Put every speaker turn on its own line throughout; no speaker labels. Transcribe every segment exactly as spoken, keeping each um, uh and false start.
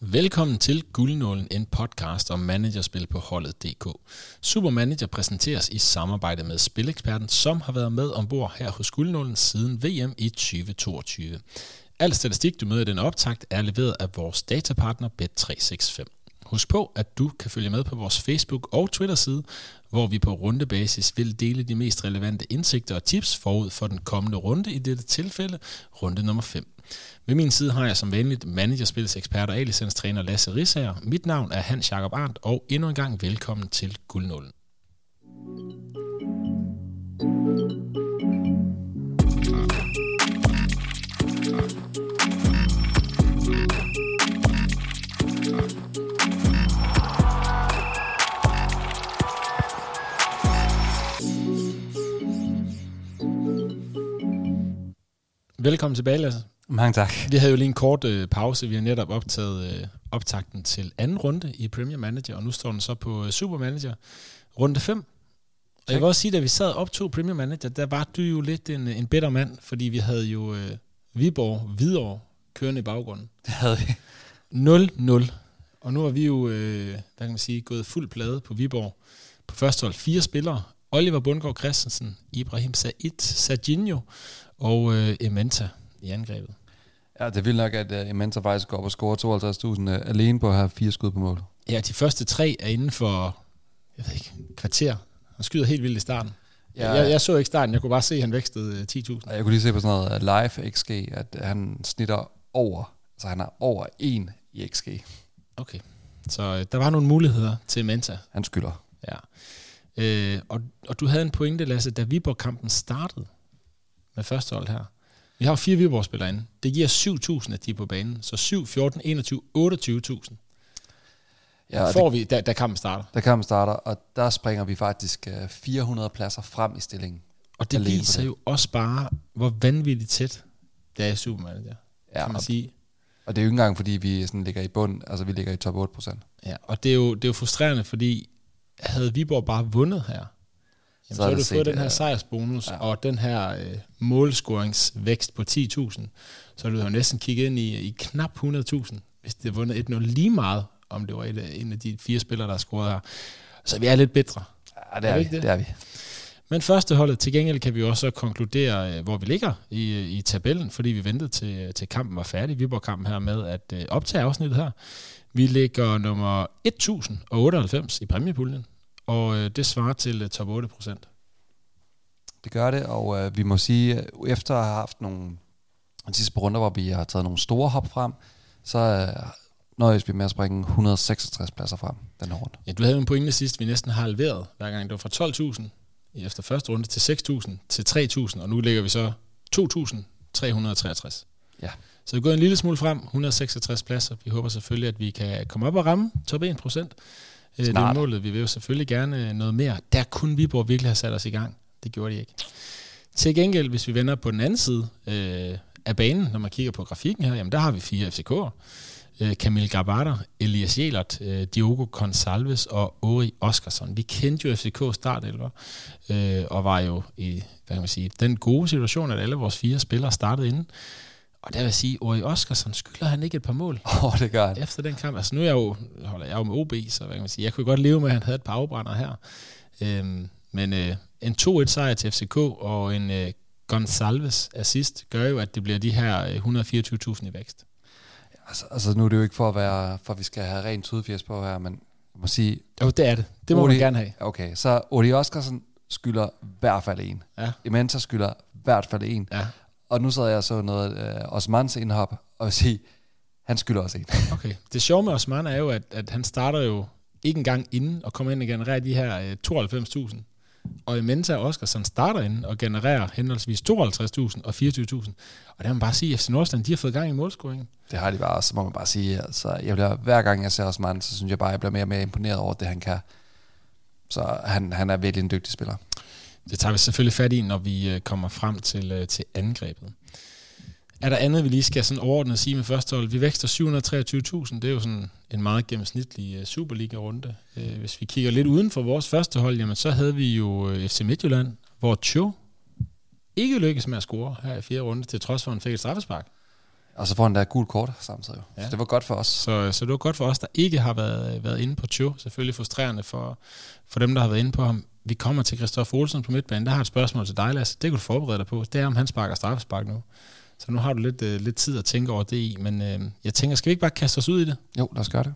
Velkommen til Guldnålen, en podcast om managerspil på holdet punktum d k. Supermanager præsenteres i samarbejde med Spileksperten, som har været med ombord her hos Guldnålen siden V M i tyve toogtyve. Al statistik, du møder i den optakt, er leveret af vores datapartner Bet tre seks fem. Husk på, at du kan følge med på vores Facebook- og Twitter-side, hvor vi på rundebasis vil dele de mest relevante indsigter og tips forud for den kommende runde, i dette tilfælde runde nummer fem. Ved min side har jeg som vanligt managerspilsekspert og A-licenstræner Lasse Risager. Mit navn er Hans Jakob Arndt, og endnu en gang velkommen til Guldnålen. Velkommen tilbage, Lasse.
Mange tak.
Vi havde jo lige en kort øh, pause. Vi har netop optaget øh, optakten til anden runde i Premier Manager, og nu står den så på øh, Super Manager runde fem. Og jeg vil også sige, da vi sad op to Premier Manager, der var du jo lidt en, en bedre mand, fordi vi havde jo øh, Viborg, Hvidovre kørende i baggrunden.
Det havde vi.
nul nul. Og nu har vi jo, øh, hvad kan man sige, gået fuld plade på Viborg. På første hold fire spillere. Oliver Bundgaard Christensen, Ibrahim Said, Serginho og øh, Ementa i angrebet.
Ja, det er vildt nok, at uh, Ementa faktisk går op og scorer tooghalvtreds tusind uh, alene på at have fire skud på mål.
Ja, de første tre er inden for, jeg ved ikke, kvarter. Han skyder helt vildt i starten. Ja, jeg, jeg så ikke starten, jeg kunne bare se, at han vækstede ti tusind.
Jeg kunne lige se på sådan noget live X G, at han snitter over, altså han er over en i X G.
Okay, så øh, der var nogle muligheder til Ementa.
Han skylder.
Ja, øh, og, og du havde en pointe, Lasse, da Viborg-kampen startede med første hold her. Vi har fire Viborg-spillere inde. Det giver syv tusind af de på banen. Så syv, fjorten, enogtyve, otteogtyve tusind. Ja, får det, vi, da, da kampen starter.
Da kampen starter, og der springer vi faktisk uh, fire hundrede pladser frem i stillingen.
Og det viser det. Jo også bare, hvor vanvittigt tæt det er i Supermanager,
ja,
kan man
og,
sige.
Og det er jo ikke engang, fordi vi sådan ligger i bund, altså vi ligger i top otte procent.
Ja, og det er, jo, det er jo frustrerende, fordi havde Viborg bare vundet her, jamen, så har du fået den her sejrsbonus, ja. Og den her øh, målscoringsvækst på ti tusind, så har du jo næsten kigget ind i, i knap hundrede tusind, hvis det vundet et nul lige meget, om det var et af, en af de fire spillere, der har scoret her. Så vi er lidt bedre.
Ja, det er, er vi, det? det er vi.
Men første holdet, til gengæld kan vi også konkludere, øh, hvor vi ligger i, i tabellen, fordi vi ventede til, til kampen var færdig, Viborg-kampen her med at øh, optage afsnittet her. Vi ligger nummer et tusind otteoghalvfems i præmiepuljen, og øh, det svarer til øh, top otte procent.
Det gør det, og øh, vi må sige, at efter at have haft nogle de sidste par runder, hvor vi har taget nogle store hop frem, så øh, nøjes vi med at springe et hundrede og seksogtres pladser frem den her runde.
Ja, du havde jo en pointe sidst, vi næsten har halveret hver gang. Det var fra tolv tusind efter første runde til seks tusind til tre tusind, og nu ligger vi så to tusind tre hundrede og treogtres.
Ja.
Så vi går en lille smule frem, et hundrede og seksogtres pladser. Vi håber selvfølgelig, at vi kan komme op og ramme top en procent. Snart. Det er målet. Vi vil jo selvfølgelig gerne noget mere. Der kunne Viborg virkelig have sat os i gang. Det gjorde de ikke. Til gengæld, hvis vi vender på den anden side øh, af banen, når man kigger på grafikken her, jamen der har vi fire F C K'er. Øh, Camille Grabater, Elias Jelert, øh, Diogo Gonçalves og Ori Oskarsson. Vi kendte jo F C K startelver, øh, og var jo i, hvad kan man sige, den gode situation, at alle vores fire spillere startede inden. Og der vil jeg sige, Ori Oskarsson, skylder han ikke et par mål?
Åh, oh, det gør han.
Efter den kamp. Altså nu er jeg jo, holder jeg jo med O B, så hvad kan man sige, jeg kunne godt leve med, at han havde et par afbrænder her. Øhm, men øh, en to et sejr til F C K og en øh, Gonçalves assist gør jo, at det bliver de her et hundrede og fireogtyve tusind i vækst.
Altså, altså nu er det jo ikke for at være, for at vi skal have rent tudefjæs på her, men jeg må sige...
Jo, det er det. Det må
Odi,
man gerne have.
Okay, så Odi Oskarsson skylder i hvert fald en.
Ja.
Ementa skylder i hvert fald en.
Ja.
Og nu sad jeg og så noget øh, Osmans indhop, og vil sige, han skylder også en.
Okay. Det sjove med Osman er jo, at, at han starter jo ikke engang inden og kommer ind og genererer de her øh, tooghalvfems tusind. Og Ementa og Oskarsson starter inden og genererer henholdsvis tooghalvtreds tusind og fireogtyve tusind. Og der må man bare sige, at F C Nordsjælland, de har fået gang i målscoringen.
Det har de bare, så må man bare sige, altså, jeg bliver, hver gang jeg ser Osman, så synes jeg bare, at jeg bliver mere og mere imponeret over det, han kan. Så han, han er virkelig en dygtig spiller.
Det tager vi selvfølgelig fat i, når vi kommer frem til, til angrebet. Er der andet, vi lige skal sådan overordnet sige med første hold? Vi vækster syv hundrede og treogtyve tusind. Det er jo sådan en meget gennemsnitlig Superliga-runde. Hvis vi kigger lidt uden for vores første hold, jamen, så havde vi jo F C Midtjylland, hvor Cho ikke lykkes med at score her i fjerde runde, til trods for en fælles straffespark.
Og så får han der gul kort samtidig. Ja. Så det var godt for os.
Så, så det var godt for os, der ikke har været, været inde på Cho. Selvfølgelig frustrerende for, for dem, der har været inde på ham. Vi kommer til Christoffer Olsen på midtbanen. Der har et spørgsmål til dig, Lasse. Det kan du forberede dig på. Det er, om han sparker straffespark nu. Så nu har du lidt, øh, lidt tid at tænke over det i. Men øh, jeg tænker, skal vi ikke bare kaste os ud i det?
Jo, lad os gøre det.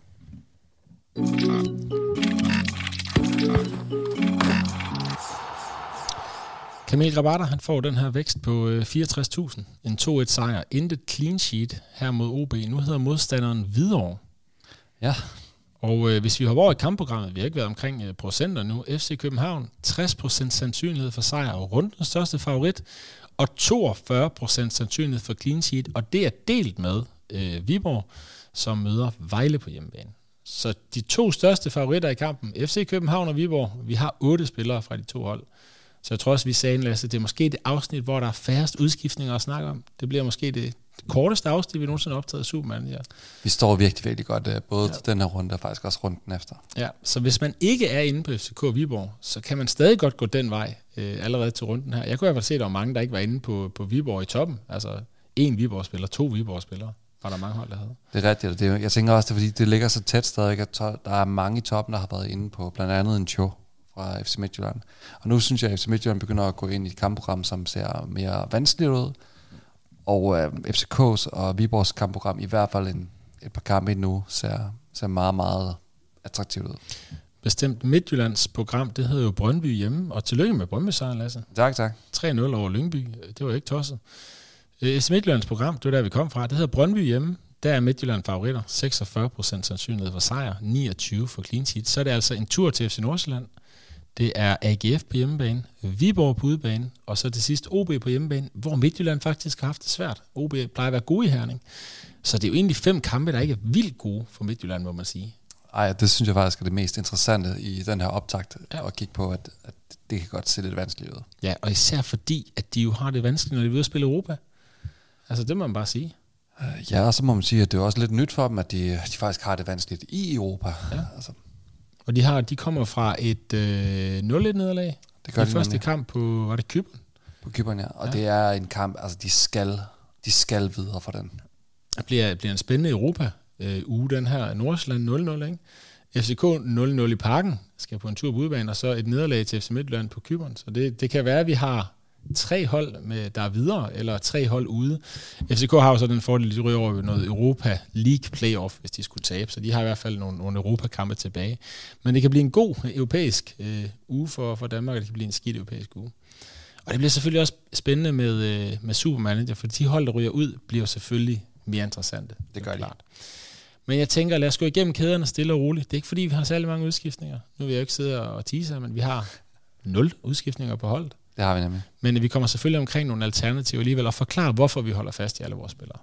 Kamil Grabara, han får den her vækst på øh, fireogtres tusind. En to et sejr. Intet clean sheet her mod O B. Nu hedder modstanderen Hvidovre.
Ja.
Og øh, hvis vi hopper over i kampprogrammet, vi har ikke været omkring øh, procenter nu. F C København, tres procent sandsynlighed for sejr og rundens største favorit. Og toogfyrre procent sandsynlighed for clean sheet. Og det er delt med øh, Viborg, som møder Vejle på hjemmebane. Så de to største favoritter i kampen, F C København og Viborg, vi har otte spillere fra de to hold. Så jeg tror også, vi sagde, Lasse, det er måske det afsnit, hvor der er færrest udskiftninger at snakke om. Det bliver måske det korteste afsnit, vi nogensinde har optaget af Supermanager.
Vi står virkelig, virkelig godt, både ja. til den her runde og faktisk også runden efter.
Ja, så hvis man ikke er inde på F C K Viborg, så kan man stadig godt gå den vej øh, allerede til runden her. Jeg kunne i hvert fald se, at der var mange, der ikke var inde på, på Viborg i toppen. Altså en Viborg-spiller, to Viborg-spillere. Var der mange hold, der havde.
Det er rigtigt. Det er, jeg tænker også, det er, fordi det ligger så tæt stadig, at der er mange i toppen, der har været inde på blandt andet en Cho fra F C Midtjylland. Og nu synes jeg, at F C Midtjylland begynder at gå ind i et kampprogram, som ser mere vanskeligt ud. Og øh, F C K's og Viborgs kampprogram, i hvert fald en, et par kampe endnu, ser, ser meget, meget attraktivt ud.
Bestemt. Midtjyllands program, det hedder jo Brøndby hjemme. Og tillykke med Brøndby-sejren, Lasse.
Tak, tak.
tre nul over Lyngby. Det var ikke tosset. F C Midtjyllands program, det var der, vi kom fra. Det hedder Brøndby hjemme. Der er Midtjylland favoritter. seksogfyrre procent sandsynlighed for sejr, niogtyve for clean sheet. Så er det altså en tur til F C Nordsjælland. Det er A G F på hjemmebane, Viborg på udebane, og så til sidst O B på hjemmebane, hvor Midtjylland faktisk har haft det svært. O B plejer at være gode i Herning. Så det er jo egentlig fem kampe, der ikke er vildt gode for Midtjylland, må man sige.
Ej, det synes jeg faktisk er det mest interessante i den her optakt, ja. At kigge på, at, at det kan godt se lidt vanskeligt ud.
Ja, og især fordi, at de jo har det vanskeligt, når de er ude at spille Europa. Altså, det må man bare sige.
Ja, og så må man sige, at det er også lidt nyt for dem, at de, de faktisk har det vanskeligt i Europa. Ja. Altså.
Og de har, de kommer fra et øh, nul et nederlag.
Det gør
de første kamp på, var det Cypern?
På Cypern, ja. Og ja. Det er en kamp, altså de skal, de skal videre for den.
Det bliver, bliver en spændende Europa øh, uge, den her. Nordsjælland nul nul, ikke? F C K nul nul i Parken, skal på en tur på udebane, og så et nederlag til F C Midtjylland på Cypern. Så det, det kan være, at vi har tre hold, med, der er videre, eller tre hold ude. F C K har jo så den fordel, at de ryger over noget Europa League playoff, hvis de skulle tabe, så de har i hvert fald nogle, nogle Europa-kampe tilbage. Men det kan blive en god europæisk øh, uge for, for Danmark, og det kan blive en skidt europæisk uge. Og det bliver selvfølgelig også spændende med, øh, med Supermanager, for de hold, der ryger ud, bliver selvfølgelig mere interessante.
Det gør de. Klart.
Men jeg tænker, lad os gå igennem kæderne stille og roligt. Det er ikke fordi, vi har særlig mange udskiftninger. Nu vil jeg jo ikke sidde og tease, men vi har nul udskiftninger på holdet.
Det har vi nemlig.
Men vi kommer selvfølgelig omkring nogle alternativer alligevel og forklare, hvorfor vi holder fast i alle vores spillere.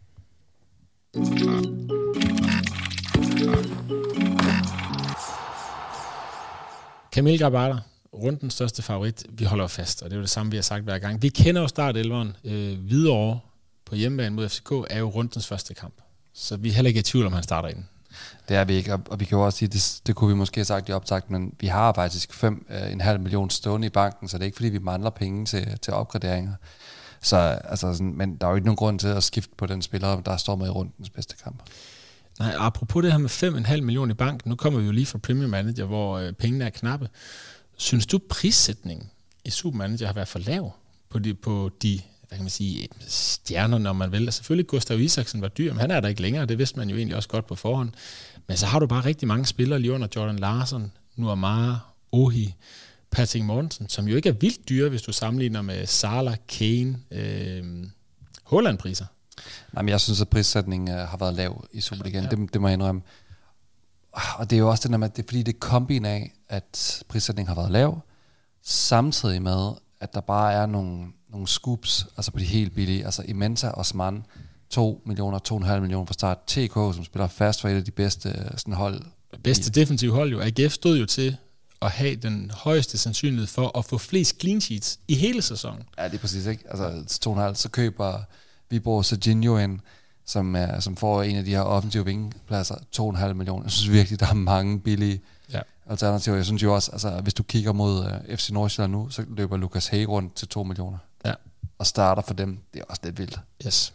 Kamil Grabara, rundens største favorit, vi holder fast, og det er jo det samme, vi har sagt hver gang. Vi kender jo startelveren. Øh, Hvidovre på hjemmebane mod F C K er jo rundens første kamp. Så vi er heller ikke i tvivl, om han starter ind.
Det er vi ikke, og vi kan jo også sige, det, det kunne vi måske have sagt i optakt, men vi har faktisk fem en halv million stående i banken, så det er ikke fordi, vi mangler penge til, til opgraderinger. Så, altså, sådan, men der er jo ikke nogen grund til at skifte på den spiller, der står med i rundens bedste kamp.
Nej, apropos det her med fem komma fem million i banken, nu kommer vi jo lige fra Premier Manager, hvor øh, pengene er knappe. Synes du, prissætningen i Supermanager har været for lav på de, på de hvad kan man sige, stjerner, når man vælger? Selvfølgelig Gustav Isaksen var dyr, men han er der ikke længere, det vidste man jo egentlig også godt på forhånd. Men så har du bare rigtig mange spillere lige under Jordan Larsen, Nuamara, Ohi, Patrick Mortensen, som jo ikke er vildt dyre, hvis du sammenligner med Salah, Kane, øh, Haaland-priser.
Nej, men jeg synes, at prissætningen har været lav i Superligaen. Ja. Det, det må jeg indrømme. Og det er jo også det der med, at det er fordi, det er kombin af, at prissætningen har været lav, samtidig med, at der bare er nogle, nogle scoops, altså på de helt billige, altså Imenta og Osman, to millioner, to komma fem millioner fra start. T K, som spiller fast for et af de bedste sådan hold.
Bedste defensive hold jo. A G F stod jo til at have den højeste sandsynlighed for at få flest clean sheets i hele sæsonen.
Ja, det er præcis, ikke? Altså to komma fem, så køber Viborg Serginho ind, som, er, som får en af de her offensive vingepladser, to komma fem millioner. Jeg synes virkelig, der er mange billige ja. alternativer. Jeg synes jo også, altså hvis du kigger mod uh, F C Nordsjælland nu, så løber Lukas Hague rundt til to millioner.
Ja.
Og starter for dem, det er også lidt vildt.
Yes.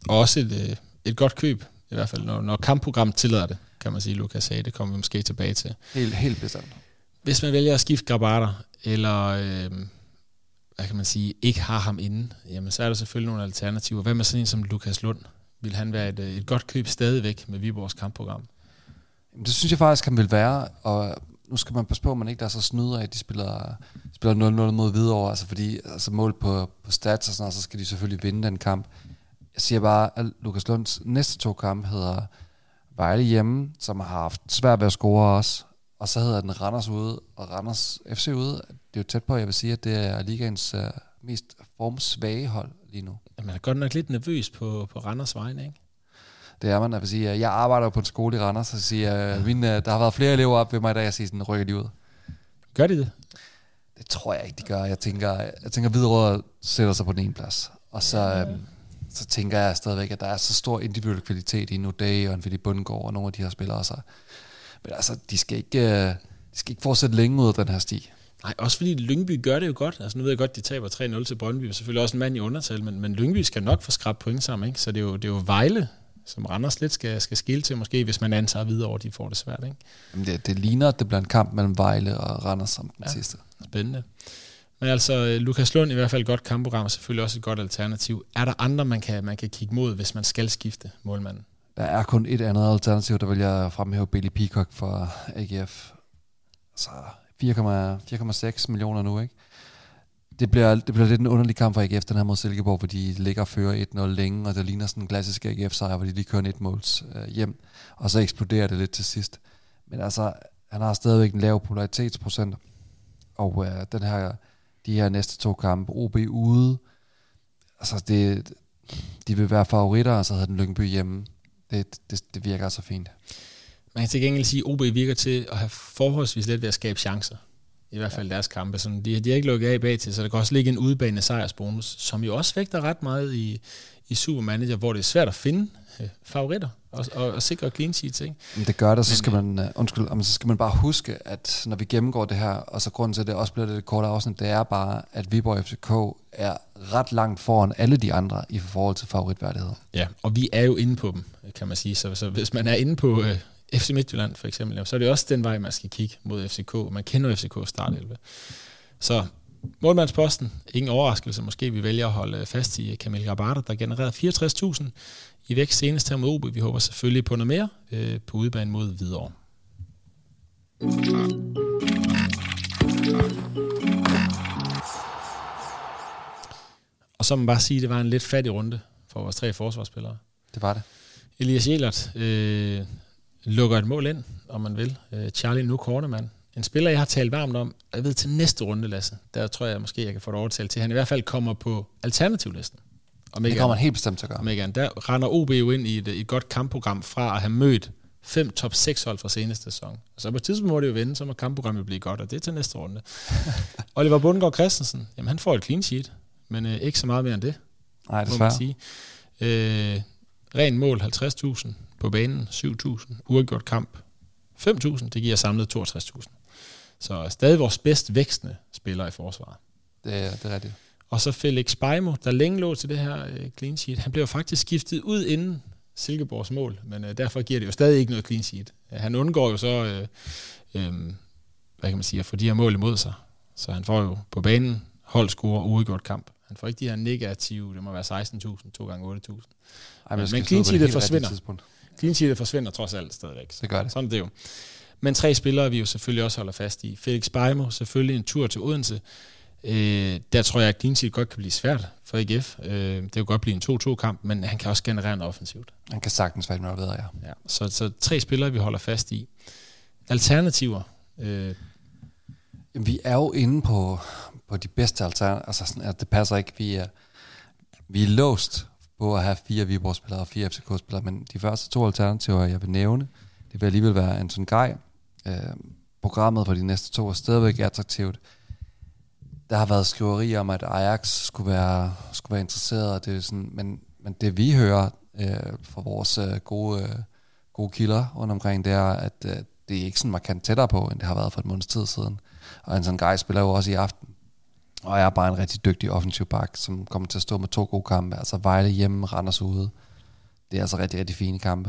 Og også et, et godt køb, i hvert fald når, når kampprogrammet tillader det, kan man sige, Lukas sagde. Det kommer vi måske tilbage til.
Helt, helt bestemt.
Hvis man vælger at skifte Grabater, eller øh, hvad kan man sige, ikke har ham inde, jamen så er der selvfølgelig nogle alternativer. Hvad med sådan en som Lukas Lund? Vil han være et, et godt køb stadigvæk med Viborgs kampprogram?
Det synes jeg faktisk, han vil være, og nu skal man passe på, at man ikke lader sig snyde af, at de spiller, spiller nul nul mod Hvidovre, altså fordi altså mål på, på stats og sådan noget, så skal de selvfølgelig vinde den kamp. Jeg siger bare, at Lukas Lunds næste to kampe hedder Vejle hjemme, som har haft svært ved at score også, og så hedder den Randers ude, og Randers F C ude. Det er jo tæt på, jeg vil sige, at det er ligaens uh, mest formsvage hold lige nu.
Man er godt nok lidt nervøs på, på Randers vegne, ikke?
Det er man, jeg vil sige. Jeg arbejder på en skole i Randers, og siger, ja. mine, der har været flere elever op ved mig i dag, jeg siger sådan, rykker de ud.
Gør de det?
Det tror jeg ikke, de gør. Jeg tænker, jeg tænker Hvidovre sætter sig på den ene plads. Og så, ja. øhm, så tænker jeg stadigvæk, at der er så stor individuel kvalitet i Nordé og en Philip Bundgaard og nogle af de her spillere. Så. Men altså, de skal ikke, de skal ikke fortsætte længe ud af den her sti.
Nej, også fordi Lyngby gør det jo godt. Altså nu ved jeg godt, de taber tre nul til Brøndby, og selvfølgelig også en mand i undertal, men, men Lyngby skal nok få skrabt point sammen, ikke? Så det er jo, det er jo Vejle, som Randers lidt skal, skal skille til, måske, hvis man antager videre over, de får det svært, ikke?
Jamen det, det ligner, at det bliver en kamp mellem Vejle og Randers som den
ja,
sidste.
Spændende. Men altså, Lukas Lund i hvert fald et godt kampprogram, og selvfølgelig også et godt alternativ. Er der andre, man kan, man kan kigge mod, hvis man skal skifte målmanden?
Der er kun et andet alternativ, der vil jeg fremhæve Billy Peacock for A G F. Altså fire komma seks millioner nu, ikke? Det bliver, det bliver lidt en underlig kamp for A G F, den her mod Silkeborg, hvor de ligger og fører et nul længe, og det ligner sådan en klassisk A G F-sejr, hvor de lige kører en et måls øh, hjem, og så eksploderer det lidt til sidst. Men altså, han har stadigvæk en lav popularitetsprocent, og øh, den her, de her næste to kampe, O B ude, altså det, de vil være favoritter, og så hedder den Lyngby hjemme. Det, det, det virker så fint.
Man kan til gengæld sige, at O B virker til at have forholdsvis let ved at skabe chancer. I hvert fald deres kampe. Sådan, de, de har ikke lukket af bag til, så der kan også ligge en udebane sejrsbonus, som jo også vægter ret meget i, i Supermanager, hvor det er svært at finde øh, favoritter og, og, og sikre clean sheets, ikke?
Men det gør det, så skal man uh, undskyld, men så skal man bare huske, at når vi gennemgår det her, og så grunden til, at det også bliver lidt kort afsnit, det er bare, at Viborg F C K er ret langt foran alle de andre i forhold til favoritværdighed. Ja,
og vi er jo inde på dem, kan man sige. Så, så hvis man er inde på øh, F C Midtjylland for eksempel, så er det også den vej, man skal kigge mod F C K. Man kender F C K startelve. Så målmandsposten, ingen overraskelse, måske vi vælger at holde fast i Kamil Grabater, der genererede fireogtres tusind i vækst senest her mod O B. Vi håber selvfølgelig på noget mere øh, på udebane mod Hvidovre. Og så må man bare sige, at det var en lidt fattig runde for vores tre forsvarsspillere.
Det var det.
Elias Jelert øh, lukker et mål ind, om man vil. Øh, Charlie Nuuk Hornemann. En spiller, jeg har talt varmt om, jeg ved til næste runde, Lasse. Der tror jeg måske, jeg kan få det overtalt til. Han i hvert fald kommer på alternativlisten.
Om det kommer han helt bestemt til at gøre.
Om ikke der render O B jo ind i et, et godt kampprogram fra at have mødt fem top seks hold fra seneste sæson. Og så på et tidspunkt må det jo vende, så må kampprogrammet blive godt, og det er til næste runde. Oliver Bundgaard Christensen, jamen han får et clean sheet, men øh, ikke så meget mere end det.
Nej, desværre.
Sige. Øh, ren mål halvtreds tusind, på banen syv tusind, uafgjort kamp fem tusind, det giver samlet toogtres tusind. Så stadig vores bedst vækstende spiller i forsvaret.
Det er, det er rigtigt.
Og så Felix Beimo, der længe lå til det her øh, clean sheet. Han blev faktisk skiftet ud inden Silkeborgs mål, men øh, derfor giver det jo stadig ikke noget clean sheet. Han undgår jo så, øh, øh, hvad kan man sige, at få de her mål imod sig. Så han får jo på banen holdscore og uafgjort kamp. Han får ikke de her negative, det må være seksten tusind, to gange otte tusind.
Ej, men,
men clean sheetet forsvinder. Clean sheetet forsvinder trods alt stadigvæk.
Det gør det.
Sådan er det jo. Men tre spillere, vi jo selvfølgelig også holder fast i. Felix Beimo, selvfølgelig en tur til Odense. Øh, der tror jeg, at clean sheet godt kan blive svært for A G F. Øh, det kan godt blive en to to-kamp, men han kan også generere en offensivt.
Han kan sagtens være noget bedre, ja.
ja så, så tre spillere, vi holder fast i. Alternativer? Øh,
Jamen, vi er jo inde på, på de bedste alternativer. Altså, sådan, at det passer ikke. Vi er, vi er låst på at have fire Viborg-spillere og fire F C K-spillere, men de første to alternativer, jeg vil nævne, det vil alligevel være Anton Gej. Øh, programmet for de næste to er stadigvæk attraktivt. Der har været skriverier om, at Ajax skulle være, skulle være interesseret, og det er sådan, men, men det vi hører øh, fra vores øh, gode, øh, gode kilder rundt omkring, det er, at øh, det er ikke sådan markant tættere på, end det har været for et måneds tid siden. Og Anton Gej spiller jo også i aften, og er bare en rigtig dygtig offensiv bak, som kommer til at stå med to gode kampe, altså Vejle hjemme, Randers ude. det er altså rigtig, rigtig fine kampe.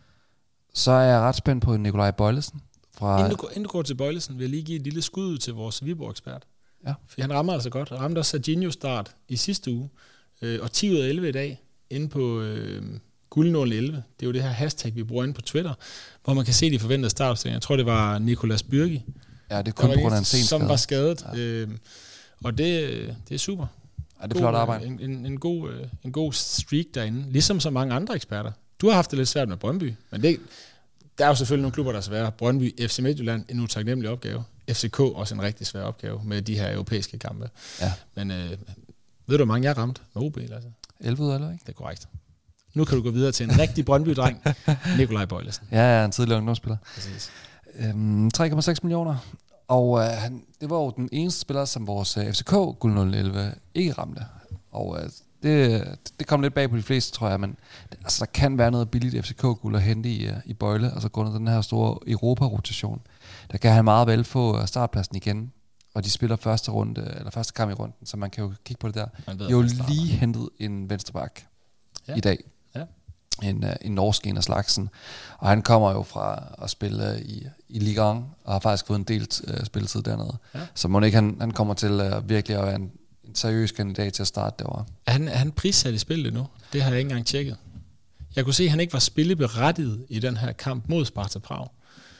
Så er jeg ret spændt på Nikolaj Bøjlesen. Fra
Inden du, inden du går til Bøjlesen, vil jeg lige give et lille skud til vores Viborg-ekspert.
Ja.
For han rammer altså godt. Han ramte også Serginho start i sidste uge, øh, og ti ud af elleve i dag, inde på øh, Guldnålen elleve. Det er jo det her hashtag, vi bruger inde på Twitter, hvor man kan se de forventede startopstillinger. Jeg tror, det var Nicolas Bürgi,
ja, det er kun på grund af en sen skade,
som var skadet.
Ja.
Øh, og det, det er super.
Ja, det er flot arbejde.
En, en, en, god, en god streak derinde, ligesom så mange andre eksperter. Du har haft det lidt svært med Brøndby, men det, der er jo selvfølgelig nogle klubber, der er svære. Brøndby, F C Midtjylland, en utaknemmelig opgave. F C K også en rigtig svær opgave med de her europæiske kampe. Ja. Men øh, ved du, hvor mange jeg har ramt med O B? Altså?
elleve ud, eller ikke?
Det er korrekt. Nu kan du gå videre til en rigtig Brøndby-dreng, Nikolaj Bøjlesen.
Ja, ja, en tidligere ungdomsspiller.
Præcis.
Øhm, tre komma seks millioner. Og øh, han, det var jo den eneste spiller, som vores øh, F C K Guldnålen elleve ikke ramte. Og øh, det, det kom lidt bag på de fleste, tror jeg, men det, altså, der kan være noget billigt F C K-guld at hente i, i Bøjle, altså grundet den her store Europa-rotation. Der kan han meget vel få startpladsen igen, og de spiller første runde, eller første kamp i runden, så man kan jo kigge på det der. De har jo lige hentet en venstreback ja. i dag. Ja. En, uh, en norsk en af slagsen. Og han kommer jo fra at spille i, i Ligue et, og har faktisk fået en del uh, spilletid dernede. Ja. Så må ikke han, han kommer til uh, virkelig at være en, en seriøs kandidat til at starte derovre.
Er han, er han prissat i spillet nu? Det har jeg ikke engang tjekket. Jeg kunne se, at han ikke var spilleberettiget i den her kamp mod Sparta Prag.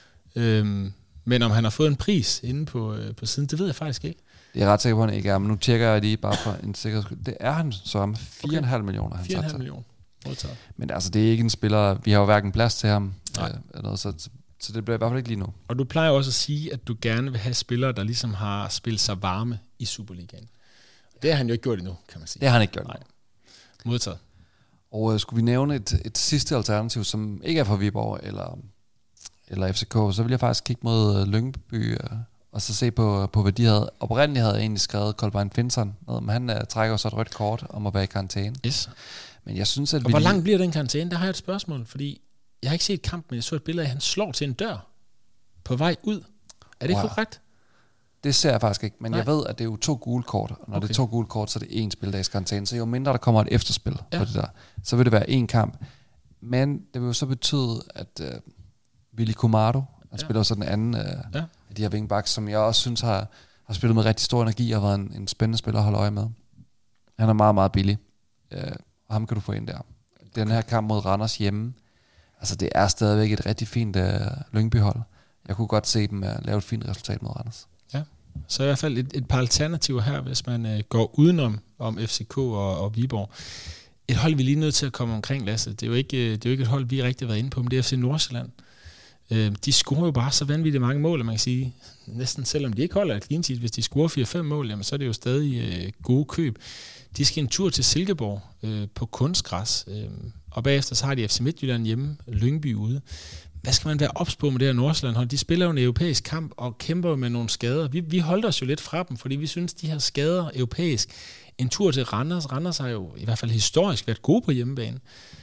Øhm, men om han har fået en pris inde på, øh, på siden, det ved jeg faktisk ikke.
Det er ret sikker på, at han ikke er, men nu tjekker jeg lige bare for en sikkerheds skyld. Det er han så om fire komma fem millioner. Han
fire komma fem millioner. Modtaget.
Men altså, det er ikke en spiller, vi har jo hverken plads til ham, øh, eller noget, så, så, så det bliver i hvert fald ikke lige nu.
Og du plejer også at sige, at du gerne vil have spillere, der ligesom har spillet sig varme i Superligaen. Det har han jo ikke gjort endnu, kan man sige.
Det har han ikke gjort.
Nej. Modtaget.
Og øh, skulle vi nævne et, et sidste alternativ, som ikke er fra Viborg eller, eller F C K, så vil jeg faktisk kigge mod øh, Lyngby øh, og så se på, på, hvad de havde. Oprindeligt havde jeg egentlig skrevet Kolbein Finson, men han øh, trækker så et rødt kort om at være i karantæne.
Yes.
Men jeg synes, at
og
vi
hvor
lige...
lang bliver den karantæne? Der har jeg et spørgsmål, fordi jeg har ikke set kampen, men jeg så et billede af, at han slår til en dør på vej ud. Er det wow. korrekt?
Det ser jeg faktisk ikke, men Nej. jeg ved, at det er jo to gule kort, og når okay. det er to gule kort, så er det én spildags karantæne, så jo mindre der kommer et efterspil ja. på det der, så vil det være én kamp. Men det vil jo så betyde, at uh, Willy Komardo, han ja. spiller så den anden uh, ja. af de her wingbacks, som jeg også synes har, har spillet med rigtig stor energi, og været en, en spændende spiller at holde øje med. Han er meget, meget billig, uh, og ham kan du få ind der. Den okay. her kamp mod Randers hjemme, altså det er stadigvæk et rigtig fint uh, Lyngby-hold. Jeg kunne godt se dem uh, lave et fint resultat mod Randers.
Ja. Så i hvert fald et, et par alternativer her, hvis man øh, går udenom om F C K og, og Viborg. Et hold, vi er lige nødt til at komme omkring, Lasse. Det er jo ikke, det er jo ikke et hold, vi rigtig har været inde på, men det er F C Nordsjælland. Øh, de scorer jo bare så vanvittigt mange mål, man kan sige. Næsten selvom de ikke holder et clean sheet, hvis de scorer fire fem mål, jamen, så er det jo stadig øh, gode køb. De skal en tur til Silkeborg øh, på kunstgræs, øh, og bagefter så har de F C Midtjylland hjemme, Lyngby ude. Hvad skal man være ops på med det her Nordsjælland-hold? De spiller jo en europæisk kamp og kæmper med nogle skader. Vi, vi holdt os jo lidt fra dem, fordi vi synes, de her skader europæisk. En tur til Randers. Randers har jo i hvert fald historisk været gode på hjemmebane.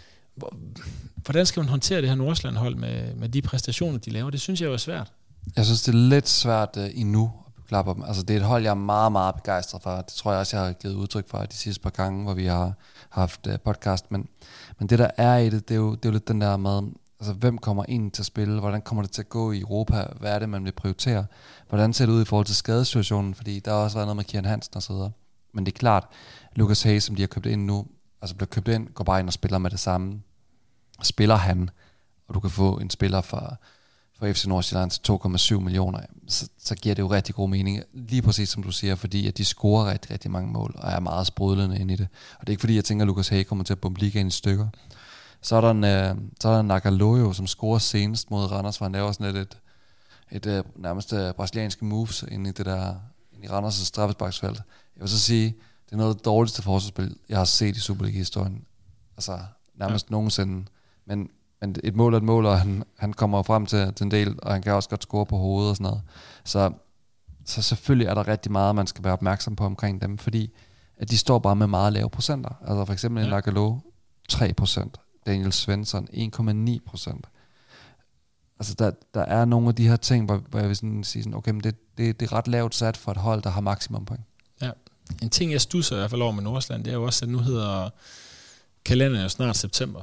Hvordan skal man håndtere det her Nordsjælland-hold med, med de præstationer, de laver? Det synes jeg jo er svært.
Jeg synes, det er lidt svært uh, endnu at klappe dem. Altså, det er et hold, jeg er meget, meget begejstret for. Det tror jeg også, jeg har givet udtryk for de sidste par gange, hvor vi har haft uh, podcast. Men, men det, der er i det, det er jo, det er jo lidt den der med... Altså, hvem kommer ind til at spille? Hvordan kommer det til at gå i Europa? Hvad er det, man vil prioritere? Hvordan ser det ud i forhold til skadesituationen? Fordi der har også været noget med Kian Hansen og så videre. Men det er klart, Lucas Hayes, som de har købt ind nu, altså bliver købt ind, går bare ind og spiller med det samme. Spiller han, og du kan få en spiller fra, fra F C Nordsjælland til to komma syv millioner, så, så giver det jo rigtig god mening. Lige præcis som du siger, fordi at de scorer rigtig, rigtig mange mål, og er meget sprudlende ind i det. Og det er ikke fordi, jeg tænker, at Lucas Hayes kommer til at bombe ligaen i stykker. Så er der en, øh, så er der en Nakaloyo, som scorer senest mod Randers, for han laver sådan et, et, et uh, nærmest uh, brasilianske moves ind i det der, ind i Randers' straffesparksfelt. Jeg vil så sige, det er noget af det dårligste forsvarsspil, jeg har set i Superliga-historien. Altså nærmest ja. nogensinde. Men, men et mål er et mål, og han, han kommer frem til, til en del, og han kan også godt score på hovedet og sådan noget. Så, så selvfølgelig er der rigtig meget, man skal være opmærksom på omkring dem, fordi at de står bare med meget lave procenter. Altså for eksempel ja. en Nakaloyo, tre procent. Daniel Svensson, en komma ni procent. Altså, der, der er nogle af de her ting, hvor, hvor jeg vil sådan sige, sådan, okay, men det, det, det er ret lavt sat for et hold, der har maksimum point.
Ja, en ting, jeg stusser i hvert fald over med Nordsjælland, det er jo også, at nu hedder kalenderen jo snart september.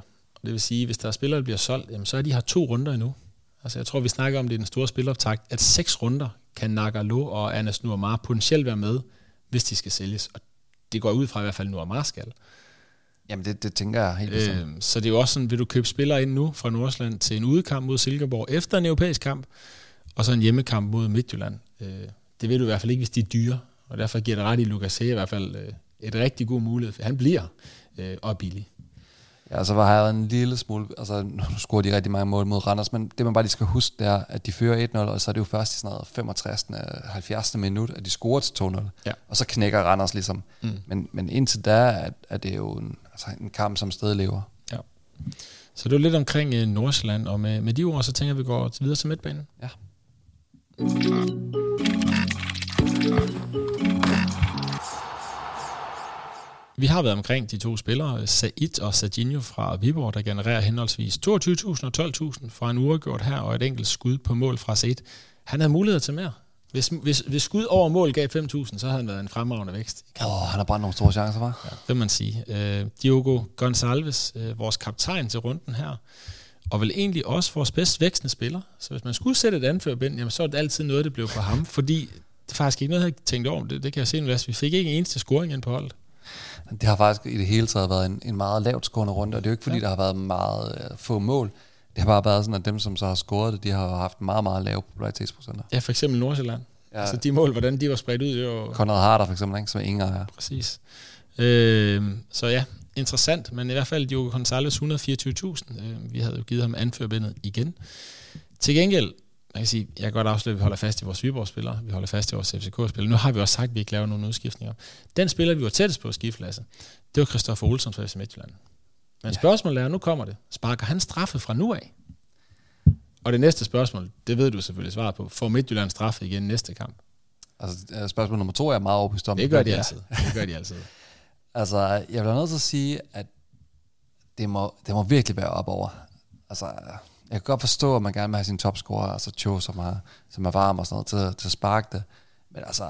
Det vil sige, hvis der er spillere, der bliver solgt, jamen, så er de her to runder endnu. Altså jeg tror, vi snakker om det i den store spiloptakt, at seks runder kan Nagalo og Anas Nuamar potentielt være med, hvis de skal sælges. Og det går ud fra i hvert fald Nuamar skal.
Jamen det, det tænker jeg helt bestemt.
Øh, så det er jo også sådan, vil du købe spillere ind nu fra Nordsjælland til en udekamp mod Silkeborg efter en europæisk kamp, og så en hjemmekamp mod Midtjylland. Øh, det ved du i hvert fald ikke, hvis de er dyre, og derfor giver det ret i Lukas Hea i hvert fald øh, et rigtig god mulighed, for han bliver øh, og billig.
Ja, så var jeg en lille smule, altså nu scorer de rigtig mange mål mod Randers, men det man bare lige skal huske, det er, at de fører et nul, og så er det jo først i sådan noget femogtres halvfjerds minut, at de scorer til to nul,
ja.
Og så knækker Randers ligesom. Mm. Men, men indtil da er, er det jo en, altså en kamp, som stadig lever.
Ja. Så det er lidt omkring uh, Nordsjælland, og med, med de ord, så tænker jeg, at vi går videre til midtbanen.
Ja.
Vi har været omkring de to spillere, Said og Serginho fra Viborg, der genererer henholdsvis toogtyve tusind og tolv tusind fra en uafgjort her, og et enkelt skud på mål fra Said. Han havde mulighed til mere. Hvis, hvis, hvis skud over mål gav fem tusind, så havde han været en fremragende vækst.
Åh, oh, han har bare nogle store chancer, var.
Ja, det må man sige. Uh, Diogo Gonçalves, uh, vores kaptajn til runden her, og vel egentlig også vores bedst vækstende spiller. Så hvis man skulle sætte et anførbind, jamen så er det altid noget, det blev på ham, fordi det er faktisk ikke noget, jeg havde tænkt over. Det, det kan jeg se, at vi fik ikke en eneste scoring ind på holdet.
Det har faktisk i det hele taget været en, en meget lavt scorende runde, og det er jo ikke fordi, ja. der har været meget uh, få mål. Det har bare været sådan, at dem, som så har scoret det, de har haft meget, meget lave popularitetsprocenter.
Ja, for eksempel Nordsjælland. Ja. Altså de mål, hvordan de var spredt ud. Det var
Konrad Harder for eksempel, ikke? Som ingen ejer.
Præcis. Øh, så ja, interessant, men i hvert fald Diogo Gonçalves et hundrede og fireogtyve tusind. Øh, vi havde jo givet ham anførbindet igen. Til gengæld, jeg kan sige, jeg kan godt afsløre, at vi holder fast i vores Viborg-spillere, vi holder fast i vores F C K-spillere. Nu har vi også sagt, at vi ikke laver nogen udskiftninger. Den spiller, vi var tættest på at skifte, Lasse, det var Christoffer Olsson fra F C Midtjylland. Men spørgsmålet er, nu kommer det. Sparker han straffe fra nu af? Og det næste spørgsmål, det ved du selvfølgelig svaret på. Får Midtjylland straffe igen næste kamp?
Altså spørgsmål nummer to er jeg meget overbevist om.
Det gør de altid. Det gør de altid.
Altså, jeg bliver nødt til at sige, at det må, det må virkelig være op over. Altså, jeg kan godt forstå, at man gerne vil have sin topscorer, altså Cho, som er, som er varm og sådan noget, til, til at sparke det. Men altså,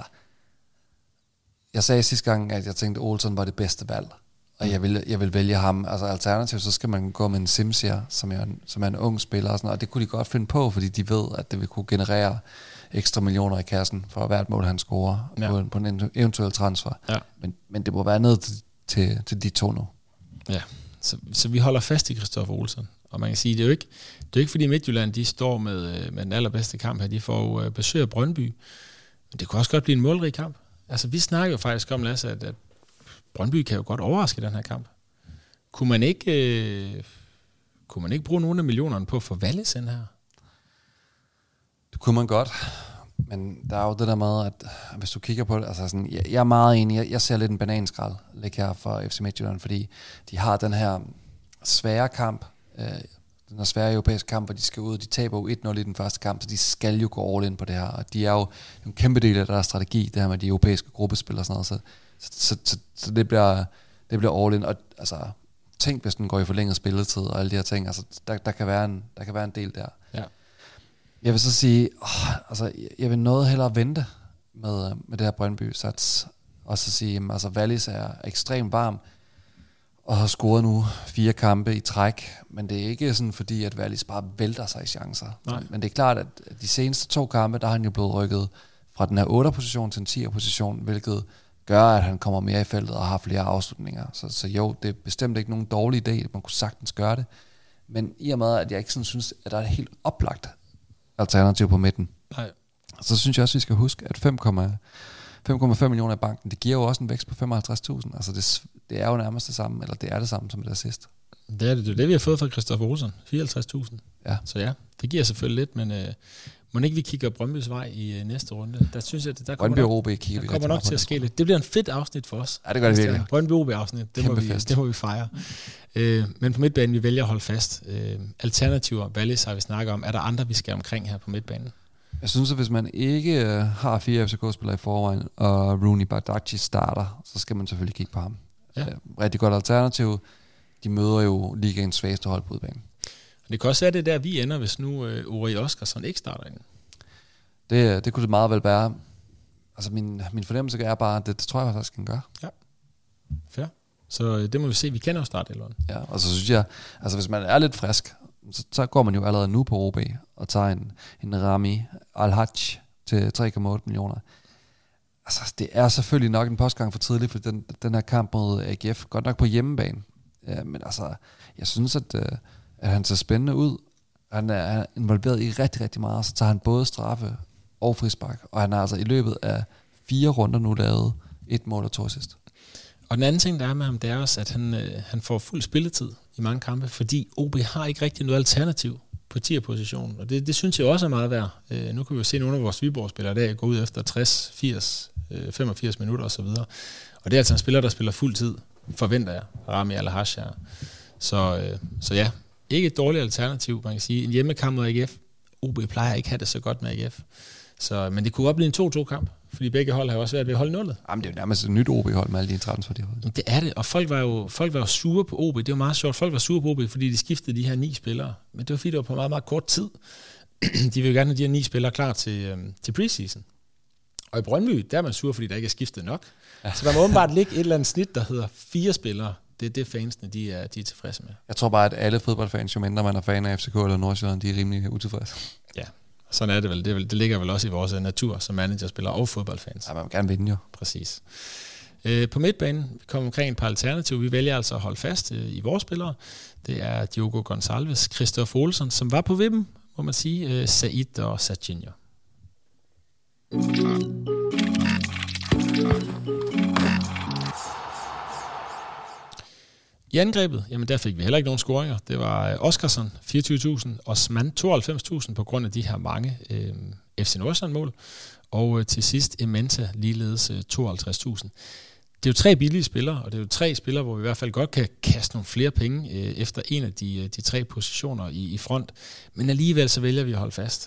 jeg sagde sidste gang, at jeg tænkte, at Olsen var det bedste valg. Og jeg vil, jeg vil vælge ham. Altså alternativt, så skal man gå med en Simsier, som er en, som er en ung spiller. Og, sådan, og det kunne de godt finde på, fordi de ved, at det vil kunne generere ekstra millioner i kassen for hvert mål, han scorer ja. på, en, på en eventuel transfer. Ja. Men, men det må være ned til, til, til de to nu.
Ja, så, så vi holder fast i Christoffer Olsen. Og man kan sige, det er jo ikke, det er ikke fordi Midtjylland, de står med, med den allerbedste kamp her. De får besøg af Brøndby. Men det kunne også godt blive en målrig kamp. Altså vi snakker jo faktisk om, Lasse, at, at Brøndby kan jo godt overraske den her kamp. Kunne man ikke, øh, kunne man ikke bruge nogle af millionerne på at få Wallis ind her?
Det kunne man godt, men der er jo det der med, at hvis du kigger på det, altså sådan, jeg, jeg er meget enig, jeg, jeg ser lidt en bananskrald ligge her for F C Midtjylland, fordi de har den her svære kamp, øh, den her svære europæiske kamp, hvor de skal ud, de taber jo et nul i den første kamp, så de skal jo gå all in på det her, og de er jo en kæmpe del af deres strategi, det her med de europæiske gruppespil og sådan noget, så Så, så, så, så det bliver det bliver all in, og altså tænk hvis den går i forlænget spilletid og alle de her ting, altså der, der kan være en der kan være en del der. Ja. Jeg vil så sige, åh, altså jeg vil noget hellere vente med med det her Brøndby sats, og så sige, altså Wallis er ekstremt varm og har scoret nu fire kampe i træk, men det er ikke sådan fordi at Wallis bare vælter sig i chancer. Nej. Men det er klart at de seneste to kampe, der har han jo blevet rykket fra den her otter position til en ti position, hvilket gør, at han kommer mere i feltet og har flere afslutninger. Så, så jo, det er bestemt ikke nogen dårlig idé, man kunne sagtens gøre det. Men i og med, at jeg ikke sådan synes, at der er et helt oplagt alternativ på midten, nej. Så synes jeg også, at vi skal huske, at fem komma fem millioner i banken, det giver jo også en vækst på femoghalvtreds tusind. Altså det, det er jo nærmest det samme, eller det er det samme som det der sidst.
Det er det, det er det, vi har fået fra Christoffer Olsen. fireoghalvtreds tusind. Ja. Så ja, det giver selvfølgelig lidt, men øh, må ikke vi kigger Brøndbys vej i øh, næste runde? Der synes jeg, der kommer nok, der kommer nok til at ske lidt. Det bliver en fedt afsnit for os.
Ja, det gør det virkelig.
Brøndby O B-afsnit, det, må vi, det må vi fejre. Øh, men på midtbanen, vi vælger at holde fast. Øh, alternativer, Wallis har vi snakket om. Er der andre, vi skal omkring her på midtbanen?
Jeg synes, at hvis man ikke øh, har fire F C K-spillere i forvejen, og Rooney Badaji starter, så skal man selvfølgelig kigge på ham. Ja. Øh, rigtig godt alternativ. De møder jo ligaens svageste hold på udbanen.
Det kan også være det der, vi ender, hvis nu øh, Uri Oskarsson ikke starter ind.
Det, det kunne det meget vel være. Altså min, min fornemmelse er bare, at det, det tror jeg faktisk, han gør.
Ja, fair. Så øh, det må vi se. Vi kender jo startelveren.
Ja, og så synes jeg, altså hvis man er lidt frisk, så, så går man jo allerede nu på O B og tager en, en Rami Al-Haj til tre komma otte millioner. Altså, det er selvfølgelig nok en postgang for tidligt, for den, den her kamp mod A G F, godt nok på hjemmebane. Ja, men altså, jeg synes, at, at han ser spændende ud. Han er, han er involveret i rigtig, rigtig meget, så tager han både straffe og frispark, og han har altså i løbet af fire runder nu lavet et mål og to assist.
Og den anden ting, der er med ham, det er også, at han, øh, han får fuld spilletid i mange kampe, fordi O B har ikke rigtig noget alternativ på tier-positionen, og det, det synes jeg også er meget værd. Øh, nu kan vi jo se nogle af vores Viborg-spillere der gå ud efter tres, firs, øh, femogfirs minutter osv., og det er altså en spiller, der spiller fuld tid, forventer jeg, Rami Al-Haj. Så, øh, så ja, ikke et dårligt alternativ, man kan sige. En hjemmekamp mod A G F, O B plejer ikke have det så godt med A G F, så, men det kunne godt blive en to-to kamp, fordi begge hold har også været ved at holde nullet.
Jamen, det er jo nærmest et nyt O B-hold med alle de transfer, de har holdt.
Det er det, og folk var jo folk var jo sure på O B. Det var meget sjovt. Folk var sure på O B, fordi de skiftede de her ni spillere. Men det var fordi, det var på meget, meget kort tid. De vil jo gerne have de her ni spillere klar til, øhm, til preseason. Og i Brøndby, der er man sur, fordi der ikke er skiftet nok. Ja. Så der må åbenbart ligge et eller andet snit, der hedder fire spillere. Det er det, fansene de er, de er tilfredse med.
Jeg tror bare, at alle fodboldfans, jo mindre man er fan af F C K eller Nordsjælland, de er rimelig utilfredse.
Ja, sådan er det vel. Det, vel, det ligger vel også i vores natur som managerspillere og fodboldfans.
Ja, man vil gerne vinde jo.
Præcis. Øh, på midtbanen, vi kommer omkring et par alternativer. Vi vælger altså at holde fast øh, i vores spillere. Det er Diogo Gonçalves, Christoph Olsen, som var på vippen, må man sige, øh, Said og Sajinho. I angrebet, jamen der fik vi heller ikke nogen scoringer. Det var Oskarsson, fireogtyve tusind, Osman, tooghalvfems tusind på grund af de her mange øh, F C Nordsjælland-mål. Og øh, til sidst Ementa, ligeledes øh, tooghalvtreds tusind. Det er jo tre billige spillere, og det er jo tre spillere, hvor vi i hvert fald godt kan kaste nogle flere penge øh, efter en af de, de tre positioner i, i front. Men alligevel så vælger vi at holde fast.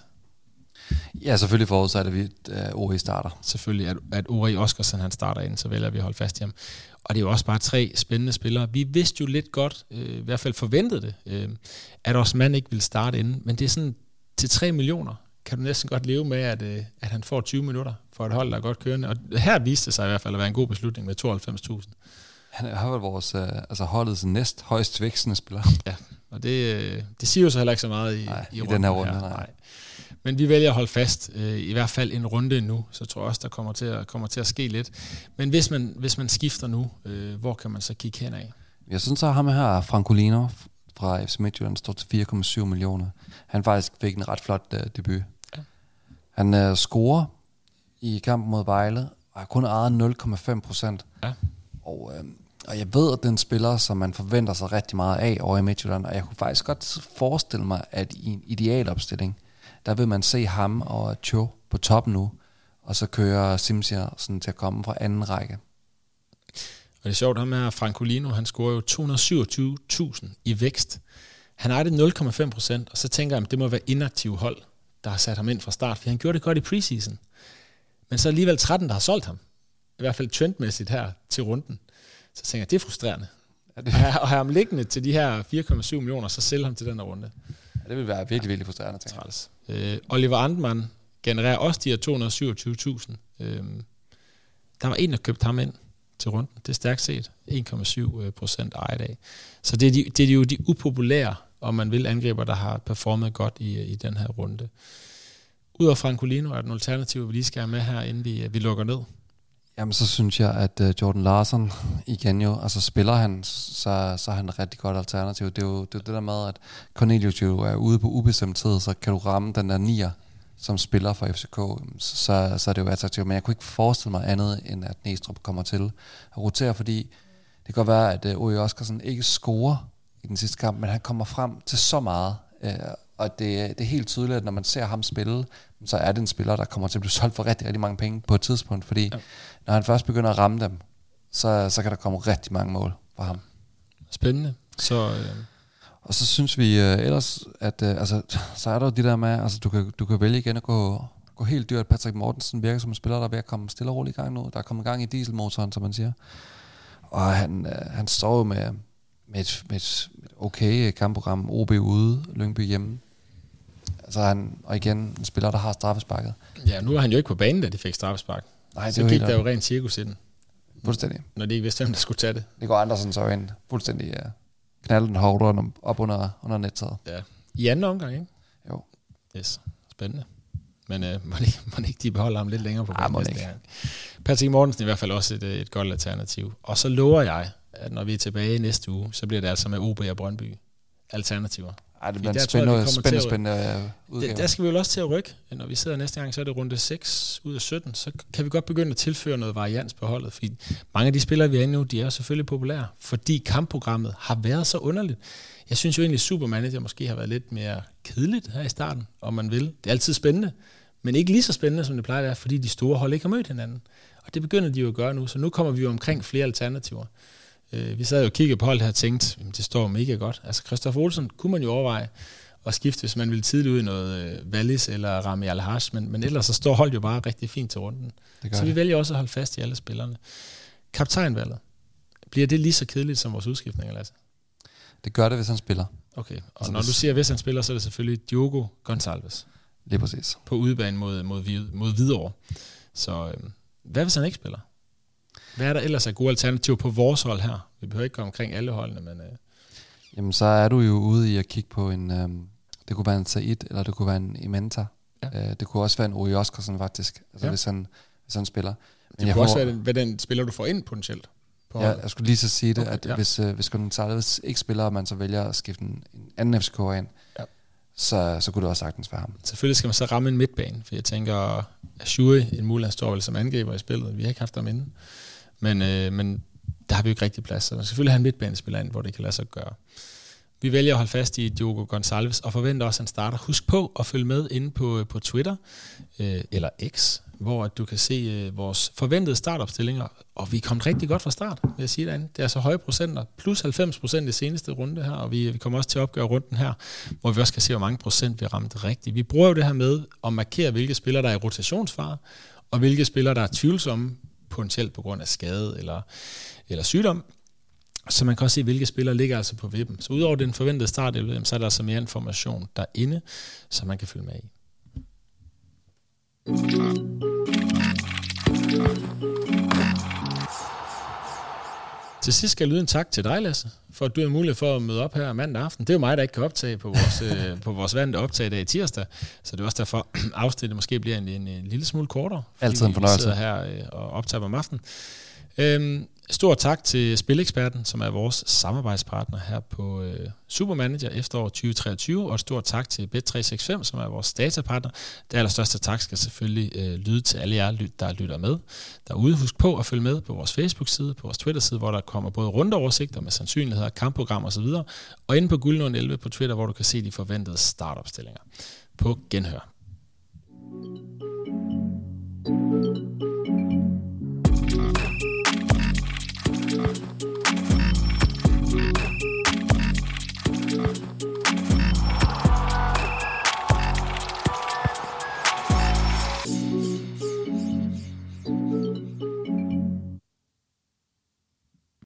Ja, selvfølgelig forudsat, at vi uh, Ori starter.
Selvfølgelig, at, at Ori Oskarsson han starter ind, så vælger vi at holde fast i ham. Og det er jo også bare tre spændende spillere. Vi vidste jo lidt godt, øh, i hvert fald forventede det, øh, at Osman ikke ville starte inden. Men det er sådan, til tre millioner kan du næsten godt leve med, at, øh, at han får tyve minutter for et hold, der er godt kørende. Og her viste det sig i hvert fald at være en god beslutning med tooghalvfems tusind.
Han har vel vores, øh, altså holdets næst højst vækstende spiller.
Ja, og det, øh, det siger jo så heller ikke så meget i,
nej,
i,
i den her runde.
Her.
Nej.
nej. Men vi vælger at holde fast, øh, i hvert fald en runde nu, så tror jeg også, der kommer til at, kommer til at ske lidt. Men hvis man, hvis man skifter nu, øh, hvor kan man så kigge hen af?
Jeg synes så, at ham her, Francolino fra F C Midtjylland, står til fire komma syv millioner. Han faktisk fik en ret flot uh, debut. Ja. Han uh, scorer i kampen mod Vejle, og har kun ejet nul komma fem procent.
Ja.
Og, øh, og jeg ved, at den spiller, som man forventer sig rigtig meget af over i Midtjylland, og jeg kunne faktisk godt forestille mig, at i en idealopstilling, der vil man se ham og Cho på toppen nu, og så kører Simsia sådan til at komme fra anden række.
Og det er sjovt, ham her, Francolino, han scorer jo to hundrede og syvogtyve tusind i vækst. Han har det nul komma fem procent, og så tænker jeg, at det må være inaktiv hold, der har sat ham ind fra start, for han gjorde det godt i preseason. Men så alligevel tretten, der har solgt ham. I hvert fald trendmæssigt her til runden. Så tænker jeg, det er frustrerende. Ja, det... Og have ham liggende til de her fire komma syv millioner, så sælge ham til den her runde.
Ja, det vil være virkelig, virkelig frustrerende.
Øh, Oliver Antmann genererer også de her to hundrede og syvogtyve tusind. Øh, der var en, der købte ham ind til runden. Det er stærkt set. en komma syv procent ejet af. Så det er, de, det er jo de upopulære, om man vil, angriber, der har performet godt i, i den her runde. Udover Francolino er der en alternativ, vi lige skal have med her, inden vi, vi lukker ned.
Jamen, så synes jeg, at uh, Jordan Larsen igen jo, altså spiller han, så, så er han et rigtig godt alternativ. Det er jo det, er det der med, at Cornelius jo er ude på ubestemt tid, så kan du ramme den der nier, som spiller for F C K, så, så er det jo attraktivt. Men jeg kunne ikke forestille mig andet, end at Næstrup kommer til at rotere, fordi det kan godt være, at uh, Uri Oskarsson ikke scorer i den sidste kamp, men han kommer frem til så meget, uh, og det, det er helt tydeligt, at når man ser ham spille, så er det en spiller, der kommer til at blive solgt for rigtig, rigtig mange penge på et tidspunkt, fordi ja. Når han først begynder at ramme dem, så, så kan der komme rigtig mange mål fra ham.
Spændende. Så, øh...
Og så synes vi øh, ellers, at øh, altså, så er der jo det der med, altså du kan, du kan vælge igen at gå, gå helt dyrt. Patrick Mortensen virker som en spiller, der er ved at komme stille og roligt i gang nu. Der er kommet i gang i dieselmotoren, som man siger. Og han, øh, han står jo med, med, et, med et okay kampprogram. O B ude, Lyngby hjemme. Altså han, og igen, en spiller, der har straffesparket.
Ja, nu er han jo ikke på banen, da de fik straffespark. Nej, så gik der jo rent cirkus i den.
Fuldstændig.
Når de ikke vidste, hvem der skulle tage det.
Det går Andersen så ind. Fuldstændig ja. Knalde den hårdt op under, under nettaget.
Ja. I anden omgang, ikke?
Jo.
Yes. Spændende. Men øh, må, de, må de ikke de beholde ham lidt længere på
ah, næste
gang. Patrick Mortensen er i hvert fald også et, et godt alternativ. Og så lover jeg, at når vi er tilbage næste uge, så bliver det altså med O B og Brøndby alternativer.
Ej, det bliver en spændende, spændende, spændende udgave.
Der, der skal vi jo også til at rykke. Når vi sidder næste gang, så er det runde seks ud af sytten. Så kan vi godt begynde at tilføre noget varians på holdet. Fordi mange af de spillere, vi er inde nu, de er jo selvfølgelig populære. Fordi kampprogrammet har været så underligt. Jeg synes jo egentlig, at Supermanager måske har været lidt mere kedeligt her i starten, om man vil. Det er altid spændende, men ikke lige så spændende, som det plejer at være, fordi de store hold ikke har mødt hinanden. Og det begynder de jo at gøre nu, så nu kommer vi jo omkring flere alternativer. Vi sad jo og kiggede på holdet her og tænkte, det står mega godt. Altså Christopher Olsen kunne man jo overveje at skifte, hvis man ville tidligt ud i noget Wallis eller Rami Al-Haj, men, men ellers så står holdet jo bare rigtig fint til runden. Så vi det. vælger også at holde fast i alle spillerne. Kaptajnvalget. Bliver det lige så kedeligt som vores udskiftning, Lasse?
Det gør det, hvis han spiller.
Okay, og altså, når du siger, hvis han spiller, så er det selvfølgelig Diogo Gonçalves.
Lige præcis.
På udebane mod, mod, mod Hvidovre. Så øh, hvad hvis han ikke spiller? Hvad er der ellers af gode alternativer på vores hold her? Vi behøver ikke komme omkring alle holdene, men... Øh.
Jamen, så er du jo ude i at kigge på en... Øh, det kunne være en Said, eller det kunne være en Imenta. Ja. Øh, det kunne også være en Uri Oskarsen, faktisk. Altså, ja. hvis, han, hvis han spiller. Men
det
jeg
kunne også
håber,
være den, hvad den spiller, du får ind potentielt.
Ja, jeg skulle lige så sige det, okay, at
ja.
hvis, øh, hvis Gonçalves ikke spiller, og man så vælger at skifte en, en anden F C K'er ind, ja. så, så kunne det også sagtens være ham.
Selvfølgelig skal man så ramme en midtbane, for jeg tænker, Ashuri, en mulighed, står vel som angriber i spillet. Vi har ikke haft ham inde. Men, øh, men der har vi jo ikke rigtig plads. Så man skal selvfølgelig have en midtbanespiller ind, hvor det kan lade sig gøre. Vi vælger at holde fast i Diogo Gonçalves og forventer også, at han starter. Husk på at følge med inde på, på Twitter øh, eller X, hvor du kan se øh, vores forventede startopstillinger. Og vi er kommet rigtig godt fra start, vil jeg sige derinde. Det er så høje procenter, plus halvfems procent i seneste runde her, og vi, vi kommer også til at opgøre runden her, hvor vi også kan se, hvor mange procent vi ramte rigtigt. Vi bruger jo det her med at markere, hvilke spillere, der er i rotationsfare, og hvilke spillere, der er tvivlsomme, potentielt på grund af skade eller, eller sygdom. Så man kan også se, hvilke spillere ligger altså på vippen. Så udover den forventede start, så er der altså mere information derinde, så man kan følge med i. Til sidst skal jeg lyde en tak til dig, Lasse, for at du har mulighed for at møde op her mandag aften. Det er jo mig, der ikke kan optage på vores, øh, på vores vante optag dag i tirsdag, så det er også derfor, at afsnittet måske bliver en, en, en lille smule kortere.
Altid en fornøjelse.
Vi sidder her øh, og optager om aftenen. Øhm, stor tak til Spileksperten, som er vores samarbejdspartner her på øh, Supermanager efterår tyve treogtyve, og stor tak til Bet tre seks fem, som er vores datapartner. Det allerstørste tak skal selvfølgelig øh, lyde til alle jer, der lytter med derude. Husk på at følge med på vores Facebook-side, på vores Twitter-side, hvor der kommer både rundeoversigter med sandsynligheder, kampprogrammer osv., og inde på Guldnålen elleve på Twitter, hvor du kan se de forventede startopstillinger. På genhør.